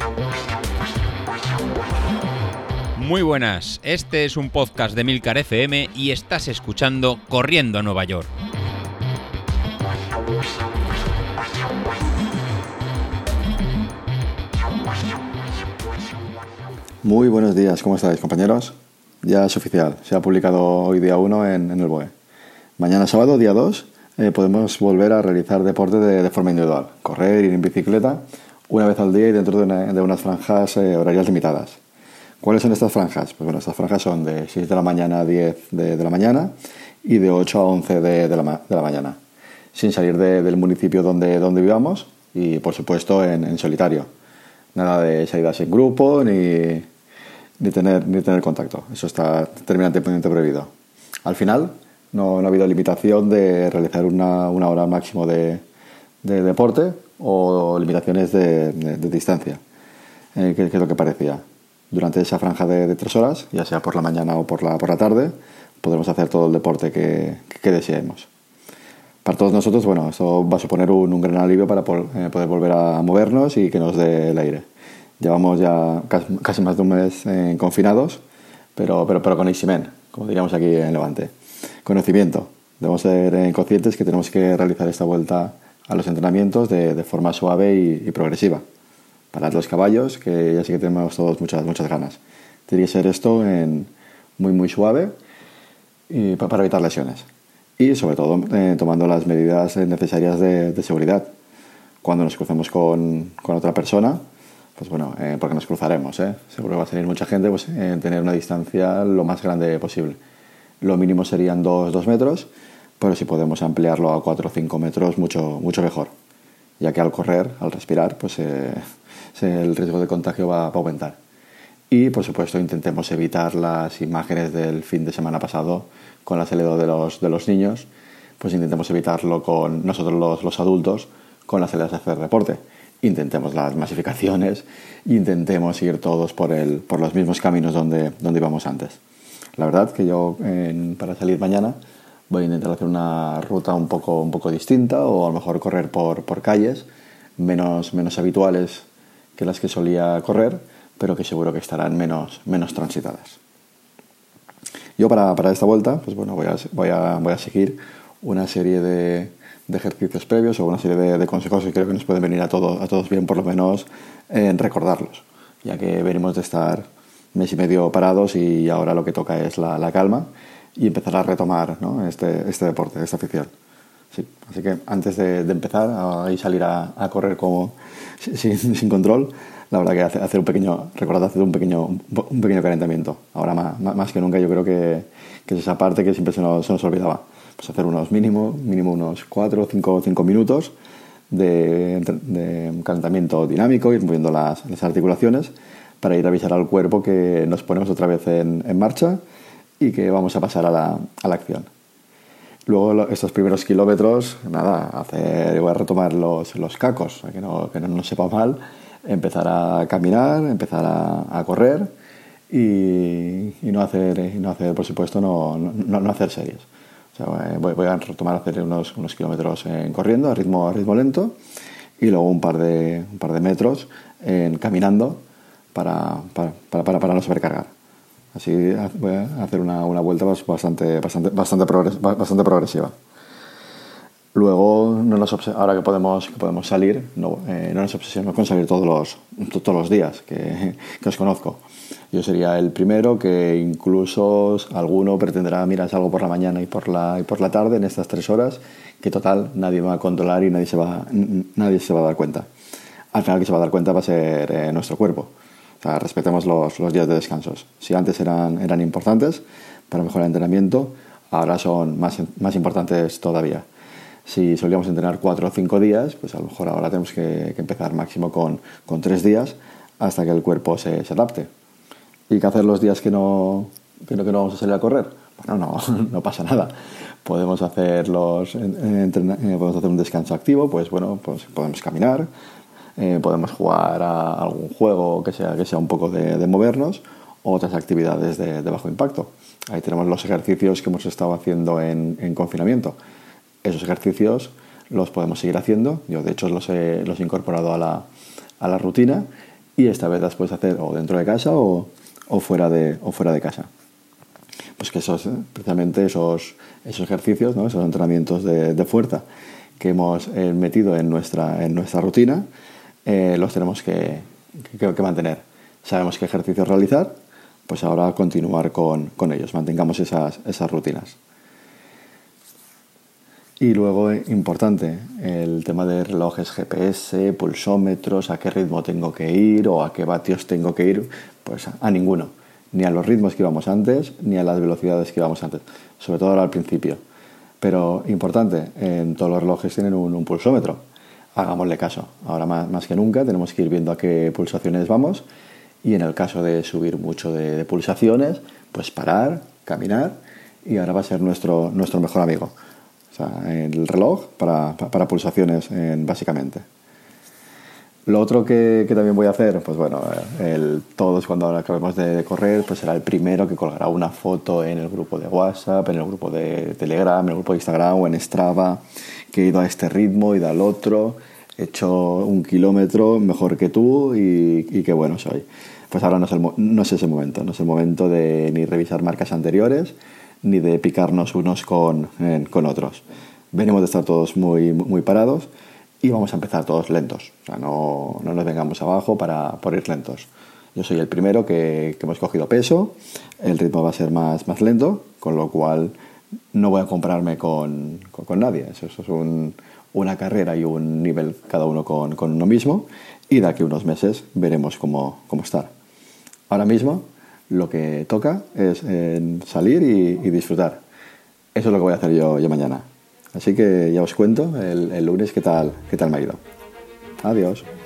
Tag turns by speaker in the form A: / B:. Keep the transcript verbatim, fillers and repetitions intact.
A: Muy buenas, este es un podcast de Milcar F M y estás escuchando Corriendo a Nueva York.
B: Muy buenos días, ¿cómo estáis, compañeros? Ya es oficial, se ha publicado hoy día uno en, en el B O E. Mañana sábado, día dos, eh, podemos volver a realizar deporte de, de forma individual, correr, ir en bicicleta, una vez al día y dentro de, una, de unas franjas eh, horarias limitadas. ¿Cuáles son estas franjas? Pues bueno, estas franjas son de seis de la mañana a diez de, de la mañana y de ocho a once de, de, la, de la mañana, sin salir de, del municipio donde, donde vivamos y, por supuesto, en, en solitario. Nada de salidas en grupo ni, ni, tener, ni tener contacto. Eso está terminantemente prohibido. Al final, no, no ha habido limitación de realizar una, una hora máximo de, de deporte o limitaciones de, de, de distancia, eh, que, que es lo que parecía. Durante esa franja de, de tres horas, ya sea por la mañana o por la, por la tarde, podremos hacer todo el deporte que, que, que deseemos. Para todos nosotros, bueno, esto va a suponer un, un gran alivio para por, eh, poder volver a movernos y que nos dé el aire. Llevamos ya casi, casi más de un mes eh, confinados, pero, pero, pero con Eiximen, como diríamos aquí en Levante. Conocimiento. Debemos ser eh, conscientes que tenemos que realizar esta vuelta a los entrenamientos de, de forma suave y, y progresiva. Parad los caballos, que ya sé que tenemos todos muchas, muchas ganas. Tiene que ser esto en muy, muy suave y para evitar lesiones. Y sobre todo eh, tomando las medidas necesarias de, de seguridad. Cuando nos crucemos con, con otra persona, pues bueno, eh, porque nos cruzaremos, ¿eh? Seguro que va a salir mucha gente, pues eh, tener una distancia lo más grande posible. Lo mínimo serían dos, dos metros, pero si podemos ampliarlo a cuatro o cinco metros, mucho, mucho mejor. Ya que al correr, al respirar, pues eh, el riesgo de contagio va, va a aumentar. Y, por supuesto, intentemos evitar las imágenes del fin de semana pasado con la salida de los, de los niños, pues intentemos evitarlo con nosotros los, los adultos con las salidas de hacer deporte. Intentemos las masificaciones, intentemos ir todos por, el, por los mismos caminos donde, donde íbamos antes. La verdad que yo, en, para salir mañana, voy a intentar hacer una ruta un poco, un poco distinta o a lo mejor correr por, por calles menos, menos habituales que las que solía correr, pero que seguro que estarán menos, menos transitadas. Yo para, para esta vuelta, pues bueno, voy a, voy a, voy a seguir una serie de, de ejercicios previos o una serie de, de consejos que creo que nos pueden venir a todos, a todos bien, por lo menos en recordarlos, ya que venimos de estar mes y medio parados y ahora lo que toca es la, la calma y empezar a retomar, ¿no?, este, este deporte, esta afición. Sí, así que antes de, de empezar a y salir a, a correr como sin, sin control, la verdad que hacer, hacer un pequeño, recordad hacer un pequeño, un pequeño calentamiento. Ahora más, más que nunca yo creo que, que es esa parte que siempre se nos, se nos olvidaba. Pues hacer unos mínimo, mínimo unos cuatro o cinco minutos de, de calentamiento dinámico, ir moviendo las, las articulaciones para ir a avisar al cuerpo que nos ponemos otra vez en, en marcha y que vamos a pasar a la, a la acción. Luego, estos primeros kilómetros, nada, hacer, voy a retomar los, los cacos, que no, que no nos sepa mal, empezar a caminar, empezar a, a correr y, y, no hacer, y no hacer, por supuesto, no, no, no hacer series. O sea, voy, voy a retomar a hacer unos, unos kilómetros en corriendo a ritmo, a ritmo lento y luego un par de, un par de metros en caminando para, para, para, para, para no sobrecargar. Así voy a hacer una, una vuelta bastante, bastante, bastante, progres, bastante progresiva. Luego, no nos obses- ahora que podemos, que podemos salir, no, eh, no nos obsesionemos con salir todos los, todos los días que, que os conozco. Yo sería el primero que incluso alguno pretenderá mirar algo por la mañana y por la, y por la tarde en estas tres horas, que total nadie va a controlar y nadie se va, nadie se va a dar cuenta. Al final que se va a dar cuenta va a ser eh, nuestro cuerpo. O sea, respetemos los, los días de descansos. Si antes eran, eran importantes para mejorar el entrenamiento, ahora son más, más importantes todavía. Si solíamos entrenar cuatro o cinco días, pues a lo mejor ahora tenemos que, que empezar máximo con, con tres días hasta que el cuerpo se, se adapte. ¿Y qué hacer los días que no, que no, que no vamos a salir a correr? Bueno, no, no pasa nada. Podemos hacer, los, entrenar, podemos hacer un descanso activo, pues bueno, pues podemos caminar, Eh, podemos jugar a algún juego que sea, que sea un poco de, de movernos o otras actividades de, de bajo impacto. Ahí tenemos los ejercicios que hemos estado haciendo en, en confinamiento. Esos ejercicios los podemos seguir haciendo. Yo, de hecho, los he, los he incorporado a la, a la rutina y esta vez las puedes hacer o dentro de casa o, o, fuera, de, o fuera de casa. Pues que esos, precisamente esos, esos ejercicios, ¿no? Esos entrenamientos de, de fuerza que hemos eh, metido en nuestra, en nuestra rutina, eh, los tenemos que, que, que mantener. Sabemos qué ejercicios realizar, pues ahora continuar con, con ellos, mantengamos esas, esas rutinas. Y luego, importante, el tema de relojes G P S, pulsómetros, a qué ritmo tengo que ir o a qué vatios tengo que ir, pues a ninguno. Ni a los ritmos que íbamos antes, ni a las velocidades que íbamos antes, sobre todo ahora al principio. Pero importante, en todos los relojes tienen un, un pulsómetro. Hagámosle caso. Ahora más, más que nunca tenemos que ir viendo a qué pulsaciones vamos y en el caso de subir mucho de, de pulsaciones, pues parar, caminar y ahora va a ser nuestro, nuestro mejor amigo. O sea, el reloj para, para pulsaciones en, básicamente. Lo otro que, que también voy a hacer, pues bueno, el, todos cuando acabemos de, de correr, pues será el primero que colgará una foto en el grupo de WhatsApp, en el grupo de Telegram, en el grupo de Instagram o en Strava, que he ido a este ritmo, he ido al otro, he hecho un kilómetro mejor que tú y, y qué bueno soy. Pues ahora no es, el, no es ese momento, no es el momento de ni revisar marcas anteriores, ni de picarnos unos con, eh, con otros. Venimos de estar todos muy, muy parados y vamos a empezar todos lentos. O sea, no, no nos vengamos abajo para, por ir lentos. Yo soy el primero que, que hemos cogido peso, el ritmo va a ser más, más lento, con lo cual no voy a compararme con, con, con nadie. Eso, eso es un, una carrera y un nivel cada uno con, con uno mismo y de aquí a unos meses veremos cómo, cómo estar. Ahora mismo lo que toca es eh, salir y, y disfrutar. Eso es lo que voy a hacer yo, yo mañana. Así que ya os cuento el, el lunes qué tal, qué tal me ha ido. Adiós.